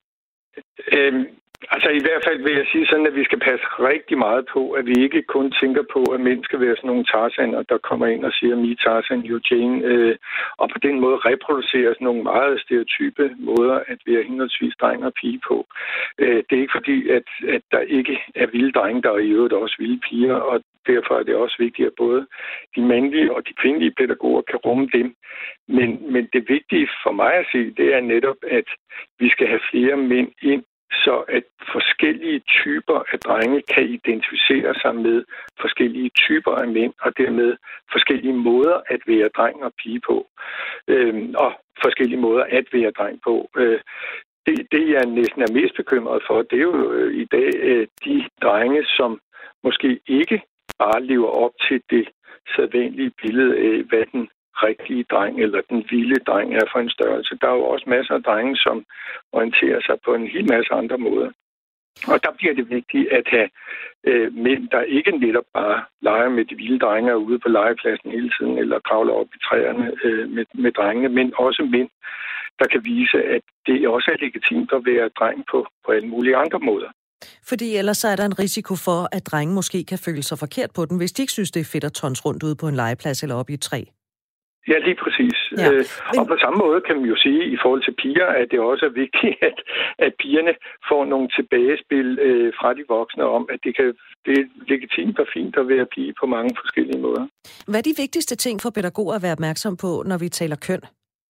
Altså i hvert fald vil jeg sige sådan, at vi skal passe rigtig meget på, at vi ikke kun tænker på, at mænd skal være sådan nogle Tarzaner, der kommer ind og siger, me Tarzan, you Jane, og på den måde reproducerer sådan nogle meget stereotype måder at være henholdsvis dreng og pige på. Det er ikke fordi, at der ikke er vilde drenge, der er i øvrigt også vilde piger, og derfor er det også vigtigt, at både de mandlige og de kvindelige pædagoger kan rumme dem. Men det vigtige for mig at se, det er netop, at vi skal have flere mænd ind, så at forskellige typer af drenge kan identificere sig med forskellige typer af mænd, og dermed forskellige måder at være dreng og pige på, og forskellige måder at være dreng på. Det jeg næsten er mest bekymret for, det er jo i dag de drenge, som måske ikke bare lever op til det sædvanlige billede af, hvad den rigtige dreng eller den vilde dreng er for en størrelse. Der er jo også masser af drenge, som orienterer sig på en hel masse andre måder. Og der bliver det vigtigt at have mænd, der ikke netop bare leger med de vilde drenge og ude på legepladsen hele tiden, eller kravler op i træerne med drengene, men også mænd, der kan vise, at det også er legitimt at være dreng på alle mulige andre måder. Fordi ellers så er der en risiko for, at drenge måske kan føle sig forkert på den, hvis de ikke synes, det er fedt at tons rundt ude på en legeplads eller op i et træ. Ja, lige præcis. Ja. Og på samme måde kan man jo sige i forhold til piger, at det også er vigtigt, at pigerne får nogle tilbagespil fra de voksne om, at det er legitimt og fint at være pige på mange forskellige måder. Hvad er de vigtigste ting for pædagoger at være opmærksom på, når vi taler køn?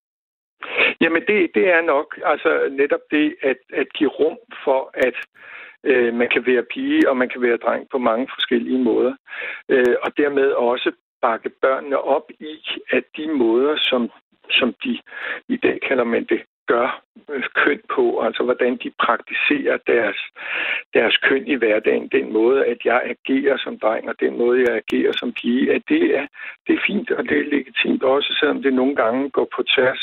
Jamen det er nok altså netop det at give rum for, at man kan være pige og man kan være dreng på mange forskellige måder. Og dermed også bakke børnene op i, at de måder, som de i dag kalder man det, gør køn på, altså hvordan de praktiserer deres køn i hverdagen, den måde, at jeg agerer som dreng, og den måde, jeg agerer som pige, at det er fint, og det er legitimt også, selvom det nogle gange går på tværs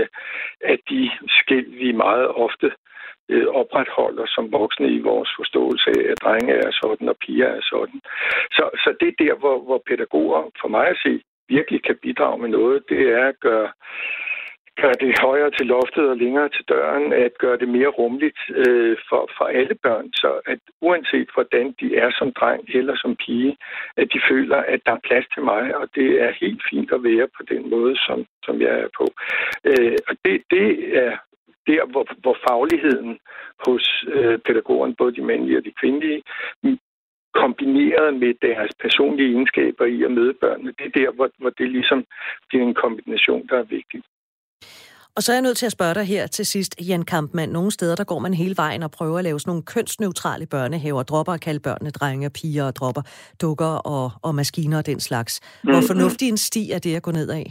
af de skel, vi meget ofte opretholder som voksne i vores forståelse af, at drenge er sådan, og piger er sådan. Så det er der, hvor pædagoger, for mig at se, virkelig kan bidrage med noget, det er at gøre det højere til loftet og længere til døren, at gøre det mere rummeligt for alle børn, så at uanset hvordan de er som dreng eller som pige, at de føler, at der er plads til mig, og det er helt fint at være på den måde, som jeg er på. Og det er der, hvor fagligheden hos pædagogerne, både de mandlige og de kvindelige, kombineret med deres personlige egenskaber i at møde børnene, det er der, hvor det ligesom bliver en kombination, der er vigtig. Og så er jeg nødt til at spørge dig her til sidst, Jan Kampmann. Nogle steder, der går man hele vejen og prøver at lave sådan nogle kønsneutrale børnehaver, dropper at kalde børnene drenge og piger, og dropper dukker og maskiner og den slags. Hvor fornuftig en sti er det at gå ned af?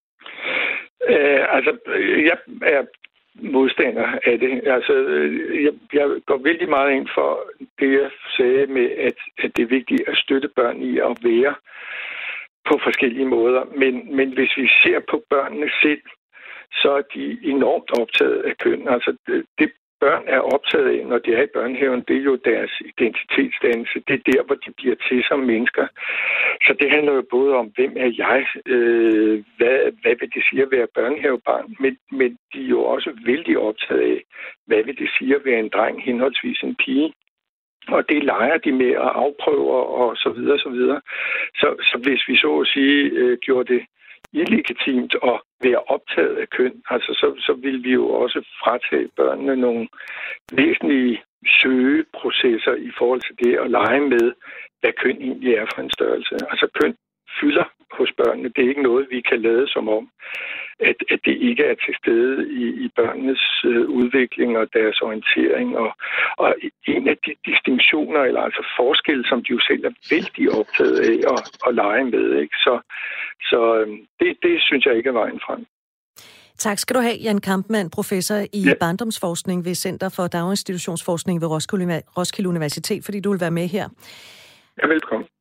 Jeg er modstander af det. Altså, jeg går vældig meget ind for det, jeg sagde med, at det er vigtigt at støtte børn i at være på forskellige måder. Men hvis vi ser på børnene selv, så er de enormt optaget af køn. Altså, det børn er optaget af, når de er i børnehaven, det er jo deres identitetsdannelse. Det er der, hvor de bliver til som mennesker. Så det handler jo både om, hvem er jeg? Hvad vil det sige at være børnehavebarn? Men de er jo også vældig optaget af, hvad vil det sige at være en dreng, henholdsvis en pige? Og det leger de med at afprøve og så videre, så videre. Så hvis vi så at sige gjorde det illegitimt at være optaget af køn, altså så vil vi jo også fratage børnene nogle væsentlige søgeprocesser i forhold til det at lege med, hvad køn egentlig er for en størrelse. Altså køn fylder hos børnene. Det er ikke noget, vi kan lade som om, at det ikke er til stede i børnenes udvikling og deres orientering. Og en af de distinktioner, eller altså forskelle, som de jo selv er vældig optaget af at lege med. Ikke? Så det synes jeg ikke er vejen frem. Tak skal du have, Jan Kampmann, professor i barndomsforskning ved Center for Daginstitutionsforskning ved Roskilde Universitet, fordi du vil være med her. Ja, velkommen.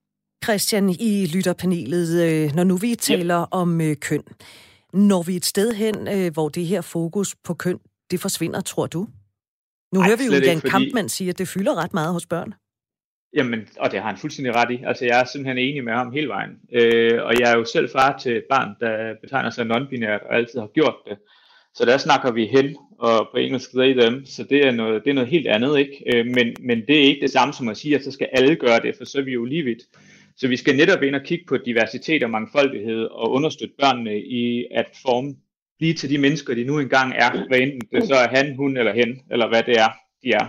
Christian i lytterpanelet, når nu vi taler om køn, når vi et sted hen, hvor det her fokus på køn, det forsvinder, tror du? Nu hører vi jo Jan Kampmann sige, at det fylder ret meget hos børn. Jamen, og det har han fuldstændig ret i. Altså, jeg er simpelthen enig med ham hele vejen. Og jeg er jo selv far til et barn, der betegner sig non-binært og altid har gjort det. Så der snakker vi hen, og på engelsk they them, så det er noget helt andet, ikke? Men det er ikke det samme som at sige, at så skal alle gøre det, for så er vi jo lige vidt. Så vi skal netop ind og kigge på diversitet og mangfoldighed og understøtte børnene i at blive til de mennesker, de nu engang er, hvad enten det så er han, hun eller hen, eller hvad det er, de er.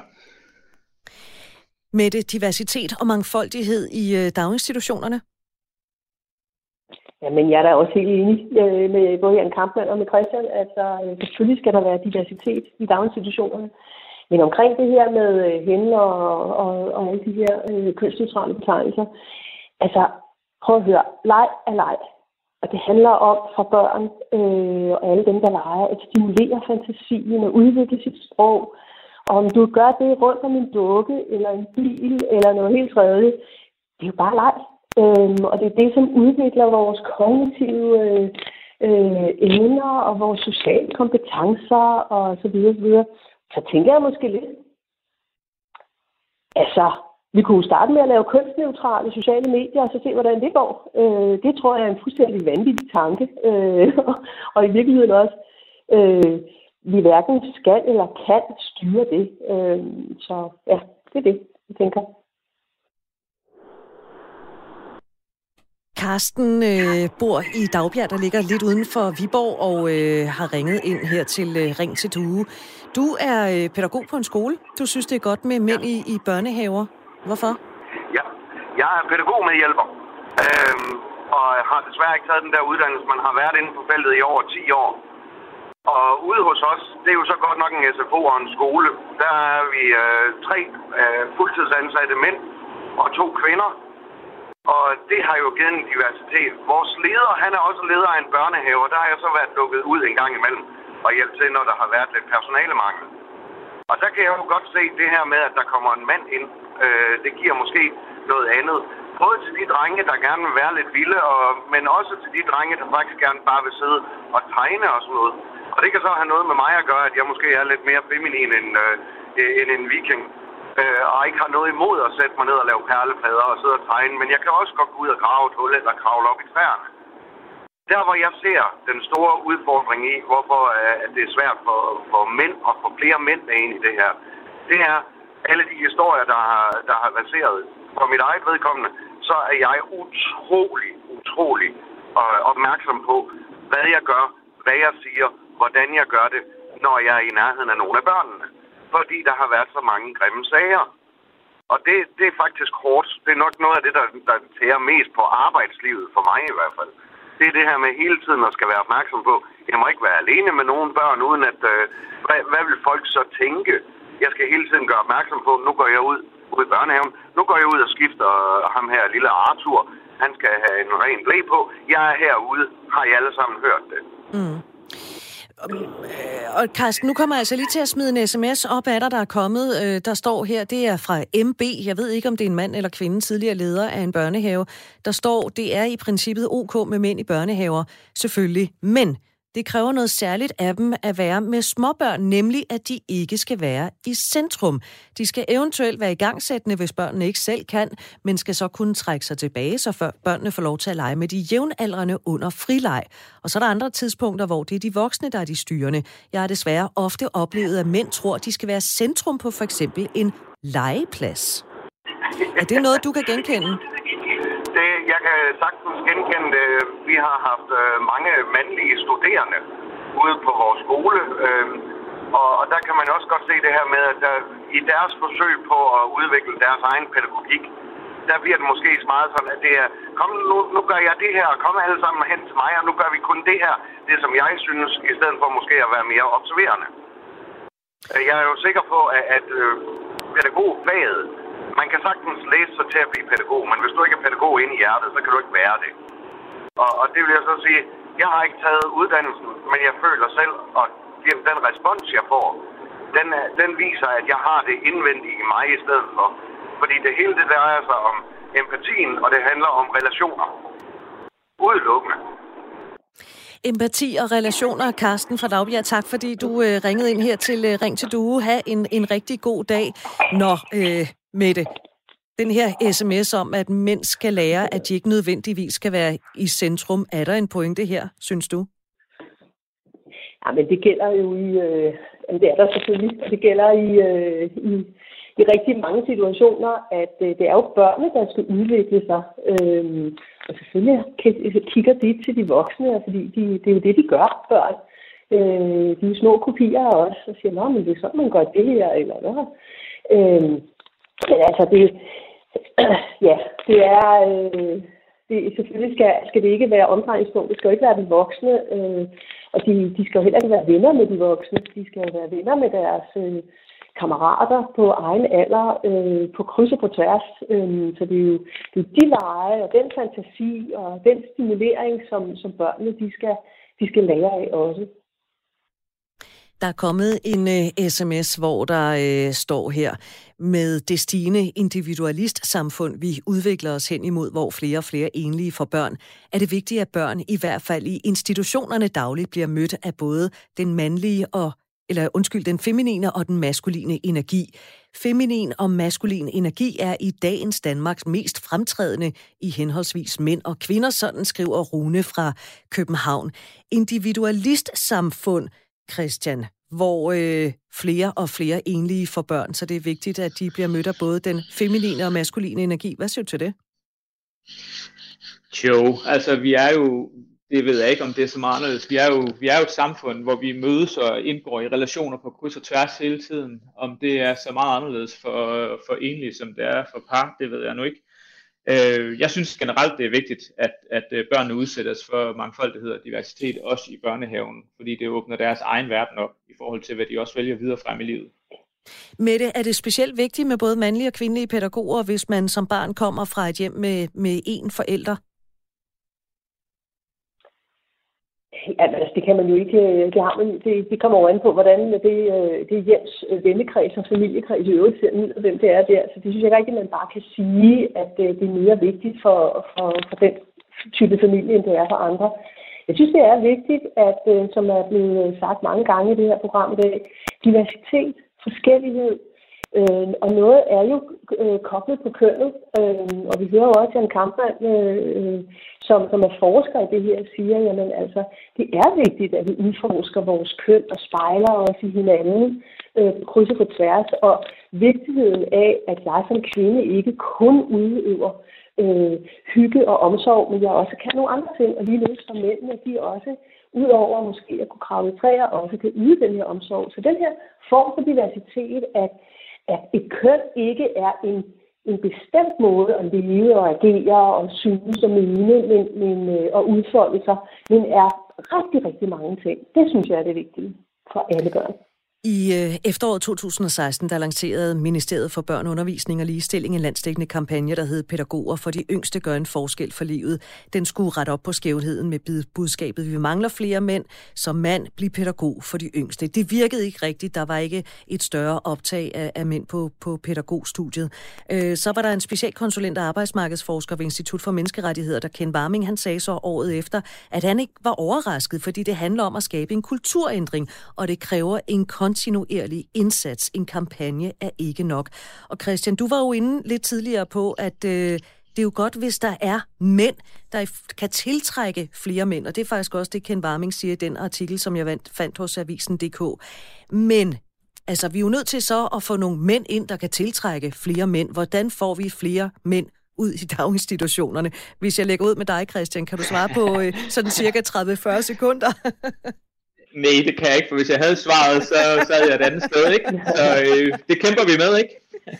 Med det diversitet og mangfoldighed i daginstitutionerne? Jamen, jeg er da også helt enig med både Jan Kampmann og med Christian. Altså, selvfølgelig skal der være diversitet i daginstitutionerne. Men omkring det her med hen og alle de her kønsneutrale betegnelser, altså, prøv at høre, leg er leg. Og det handler om for børn og alle dem, der leger, at stimulere fantasien og udvikle sit sprog. Og om du gør det rundt om en dukke, eller en bil, eller noget helt tredje, det er jo bare leg. Og det er det, som udvikler vores kognitive evner og vores sociale kompetencer og så videre, så videre. Så tænker jeg måske lidt, altså, vi kunne starte med at lave kønsneutrale sociale medier, og så se, hvordan det går. Det tror jeg er en fuldstændig vanvittig tanke. Og i virkeligheden også, vi hverken skal eller kan styre det. Så ja, det er det, jeg tænker. Karsten bor i Dagbjerg, der ligger lidt uden for Viborg, og har ringet ind her til Ring til Due. Du er pædagog på en skole. Du synes, det er godt med mænd i børnehaver. Hvorfor? Ja, jeg er pædagogmedhjælper, og har desværre ikke taget den der uddannelse. Man har været inde på feltet i over 10 år. Og ude hos os, det er jo så godt nok en SFO og en skole. Der er vi 3 fuldtidsansatte mænd og 2 kvinder. Og det har jo givet en diversitet. Vores leder, han er også leder af en børnehave, og der har jeg så været lukket ud en gang imellem og hjælpe til, når der har været lidt personalemangel. Og der kan jeg jo godt se det her med, at der kommer en mand ind. Det giver måske noget andet. Både til de drenge, der gerne vil være lidt vilde, men også til de drenge, der faktisk gerne bare vil sidde og tegne og sådan noget. Og det kan så have noget med mig at gøre, at jeg måske er lidt mere feminin end en viking. Og ikke har noget imod at sætte mig ned og lave perleplader og sidde og tegne. Men jeg kan også godt gå ud og grave et hul eller kravle op i træerne. Der, hvor jeg ser den store udfordring i, hvorfor at det er svært for mænd og for flere mænd ind i det her, det er alle de historier, der har baseret. For mit eget vedkommende, så er jeg utrolig opmærksom på, hvad jeg gør, hvad jeg siger, hvordan jeg gør det, når jeg er i nærheden af nogle af børnene. Fordi der har været så mange grimme sager. Og det er faktisk hårdt. Det er nok noget af det, der tærer mest på arbejdslivet, for mig i hvert fald. Det er det her med hele tiden at skal være opmærksom på. Jeg må ikke være alene med nogle børn, uden at, hvad vil folk så tænke? Jeg skal hele tiden gøre opmærksom på, nu går jeg ud i børnehaven. Nu går jeg ud og skifter ham her, lille Arthur. Han skal have en ren blæ på. Jeg er herude. Har I alle sammen hørt det? Mm. Og Karsten, nu kommer jeg altså lige til at smide en sms op af dig, der er kommet. Der står her, det er fra MB. Jeg ved ikke, om det er en mand eller kvinde, tidligere leder af en børnehave. Der står, det er i princippet OK med mænd i børnehaver. Selvfølgelig. Men det kræver noget særligt af dem at være med småbørn, nemlig at de ikke skal være i centrum. De skal eventuelt være igangsættende, hvis børnene ikke selv kan, men skal så kunne trække sig tilbage, så børnene får lov til at lege med de jævnaldrende under frileg. Og så er der andre tidspunkter, hvor det er de voksne, der er de styrende. Jeg har desværre ofte oplevet, at mænd tror, at de skal være centrum på for eksempel en legeplads. Er det noget, du kan genkende? Jeg kan sagtens genkende det. Vi har haft mange mandlige studerende ude på vores skole, og der kan man også godt se det her med, at i deres forsøg på at udvikle deres egen pædagogik, der bliver det måske meget sådan, at det er, kom nu gør jeg det her, kom alle sammen hen til mig, og nu gør vi kun det her, det som jeg synes, i stedet for måske at være mere observerende. Jeg er jo sikker på, at pædagogfaget, man kan sagtens læse sig til at blive pædagog, men hvis du ikke er pædagog inde i hjertet, så kan du ikke være det. Og det vil jeg så sige, jeg har ikke taget uddannelsen, men jeg føler selv, og den respons, jeg får, den viser, at jeg har det indvendigt i mig i stedet for. Fordi det hele det drejer sig om empatien, og det handler om relationer. Udelukkende. Empati og relationer. Karsten fra Dagbjerg, tak fordi du ringede ind her til Ring til Due. Ha' en rigtig god dag. Nå, Mette, den her sms om, at mænd skal lære, at de ikke nødvendigvis skal være i centrum. Er der en pointe her, synes du? Ja, men det gælder jo det er der selvfølgelig, og det gælder i rigtig mange situationer, at det er jo børnene, der skal udvikle sig. Og selvfølgelig kigger de til de voksne, fordi det er jo det, de gør, børn. De er små kopier af os, og siger, men det er sådan, man gør det her, eller noget. Men altså, selvfølgelig skal det ikke være omdrejningspunkt. Det skal jo ikke være de voksne, og de skal jo heller ikke være venner med de voksne. De skal jo være venner med deres kammerater på egen alder, på kryds og på tværs. Så det er jo de lege og den fantasi og den stimulering, som børnene de skal lære af også. Der er kommet en sms, hvor der står her: med det stigende individualist-samfund, vi udvikler os hen imod, hvor flere og flere enlige får børn, er det vigtigt, at børn i hvert fald i institutionerne dagligt bliver mødt af både den den feminine og den maskuline energi. Feminin og maskulin energi er i dagens Danmarks mest fremtrædende i henholdsvis mænd og kvinder, sådan skriver Rune fra København. Individualist-samfund, Christian, hvor flere og flere enlige får børn, så det er vigtigt, at de bliver mødt af både den feminine og maskuline energi. Hvad siger du til det? Jo, altså vi er jo, det ved jeg ikke, om det er så meget anderledes. Vi er jo et samfund, hvor vi mødes og indgår i relationer på kryds og tværs hele tiden. Om det er så meget anderledes for enlige, som det er for par, det ved jeg nu ikke. Jeg synes generelt, det er vigtigt, at børnene udsættes for mangfoldighed og diversitet, også i børnehaven, fordi det åbner deres egen verden op i forhold til, hvad de også vælger videre frem i livet. Mette, er det specielt vigtigt med både mandlige og kvindelige pædagoger, hvis man som barn kommer fra et hjem med én forælder? Altså, det kan man jo ikke. Det kommer over an på, hvordan det hjems vennekreds og familiekreds i øvrigt ser ud, og hvem det er der. Så det synes jeg ikke rigtigt, man bare kan sige, at det er mere vigtigt for den type familie, end det er for andre. Jeg synes, det er vigtigt, at, som er blevet sagt mange gange i det her program i dag, diversitet, forskellighed, og noget er jo koblet på kønnet, og vi hører jo også Jan Kampmann, som er forsker i det her, siger, jamen altså, det er vigtigt, at vi udforsker vores køn og spejler os i hinanden på kryds og på tværs, og vigtigheden af, at jeg som kvinde ikke kun udøver hygge og omsorg, men jeg også kan nogle andre ting, og ligeledes for mændene, de også udover måske at kunne kravle i træer, også kan yde den her omsorg. Så den her form for diversitet, at et køn ikke er en bestemt måde at leve og agere og synes og mene og udfolde sig, men er rigtig, rigtig mange ting. Det synes jeg er det vigtige for alle børn. I efteråret 2016, der lancerede Ministeriet for Børn, Undervisning og Ligestilling en landsdækkende kampagne, der hed Pædagoger for de yngste gør en forskel for livet. Den skulle rette op på skævheden med budskabet: vi mangler flere mænd, som mand bliver pædagog for de yngste. Det virkede ikke rigtigt. Der var ikke et større optag af mænd på pædagogstudiet. Så var der en specialkonsulent og arbejdsmarkedsforsker ved Institut for Menneskerettigheder, der Ken Warming, han sagde så året efter, at han ikke var overrasket, fordi det handler om at skabe en kulturændring, og det kræver en kontinuerlig indsats. En kampagne er ikke nok. Og Christian, du var jo inde lidt tidligere på, at det er jo godt, hvis der er mænd, der kan tiltrække flere mænd, og det er faktisk også det, Ken Warming siger i den artikel, som jeg fandt hos Avisen.dk. Men altså, vi er jo nødt til så at få nogle mænd ind, der kan tiltrække flere mænd. Hvordan får vi flere mænd ud i daginstitutionerne? Hvis jeg lægger ud med dig, Christian, kan du svare på sådan cirka 30-40 sekunder? Nej, det kan jeg ikke, for hvis jeg havde svaret, så havde jeg et andet sted, ikke? Så det kæmper vi med, ikke?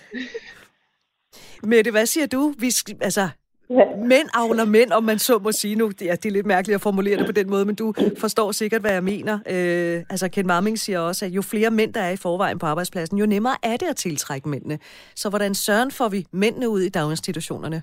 Mette, hvad siger du? Mænd avler mænd, om man så må sige nu. Det er lidt mærkeligt at formulere det på den måde, men du forstår sikkert, hvad jeg mener. Ken Warming siger også, at jo flere mænd, der er i forvejen på arbejdspladsen, jo nemmere er det at tiltrække mændene. Så hvordan søren får vi mændene ud i daginstitutionerne?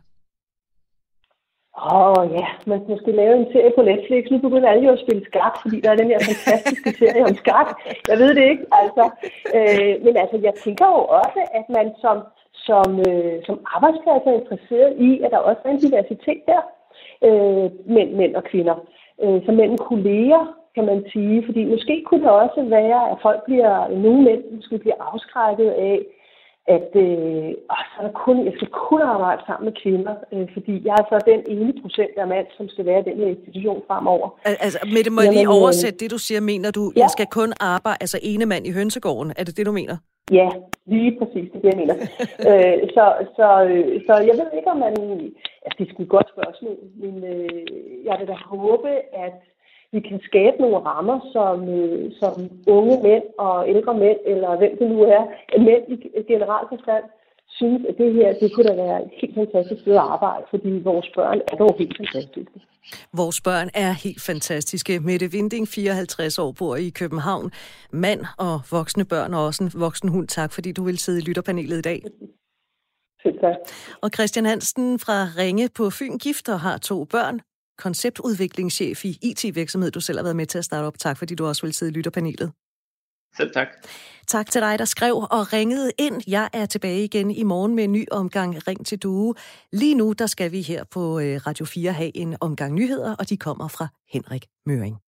Ja, man skal måske lave en serie på Netflix. Nu begynder alle jo at spille skak, fordi der er den her fantastiske serie om skak. Jeg ved det ikke, altså. Men altså, jeg tænker jo også, at man som arbejdspladser er interesseret i, at der også er en diversitet der, mænd og kvinder. Så mellem kolleger, kan man sige, fordi måske kunne det også være, at nogle mænd måske bliver afskrækket af, at jeg skal kun arbejde sammen med kvinder, fordi jeg er så den 1% af mand, som skal være i den her institution fremover. Altså, Mette, må jeg lige oversætte det, du siger? Mener du, jeg skal kun arbejde, altså ene mand i hønsegården? Er det det, du mener? Ja, lige præcis, det er det, jeg mener. Så jeg ved ikke, om man... Altså, det er sgu et godt spørgsmål, men jeg vil da håbe, at vi kan skabe nogle rammer, som unge mænd og ældre mænd, eller hvem det nu er, mænd i generelt forstand, synes, at det kunne da være et helt fantastisk sted at arbejde, fordi vores børn er dog helt fantastiske. Vores børn er helt fantastiske. Mette Winding, 54 år, bor i København. Mand og voksne børn og også en voksen hund. Tak, fordi du vil sidde i lytterpanelet i dag. Tak. Og Christian Hansen fra Ringe på Fyn, gift og har 2 børn. Konceptudviklingschef i IT-virksomhed, du selv har været med til at starte op. Tak, fordi du også vil sidde i lytterpanelet. Selv tak. Tak til dig, der skrev og ringede ind. Jeg er tilbage igen i morgen med en ny omgang Ring til Due. Lige nu, der skal vi her på Radio 4 have en omgang nyheder, og de kommer fra Henrik Møring.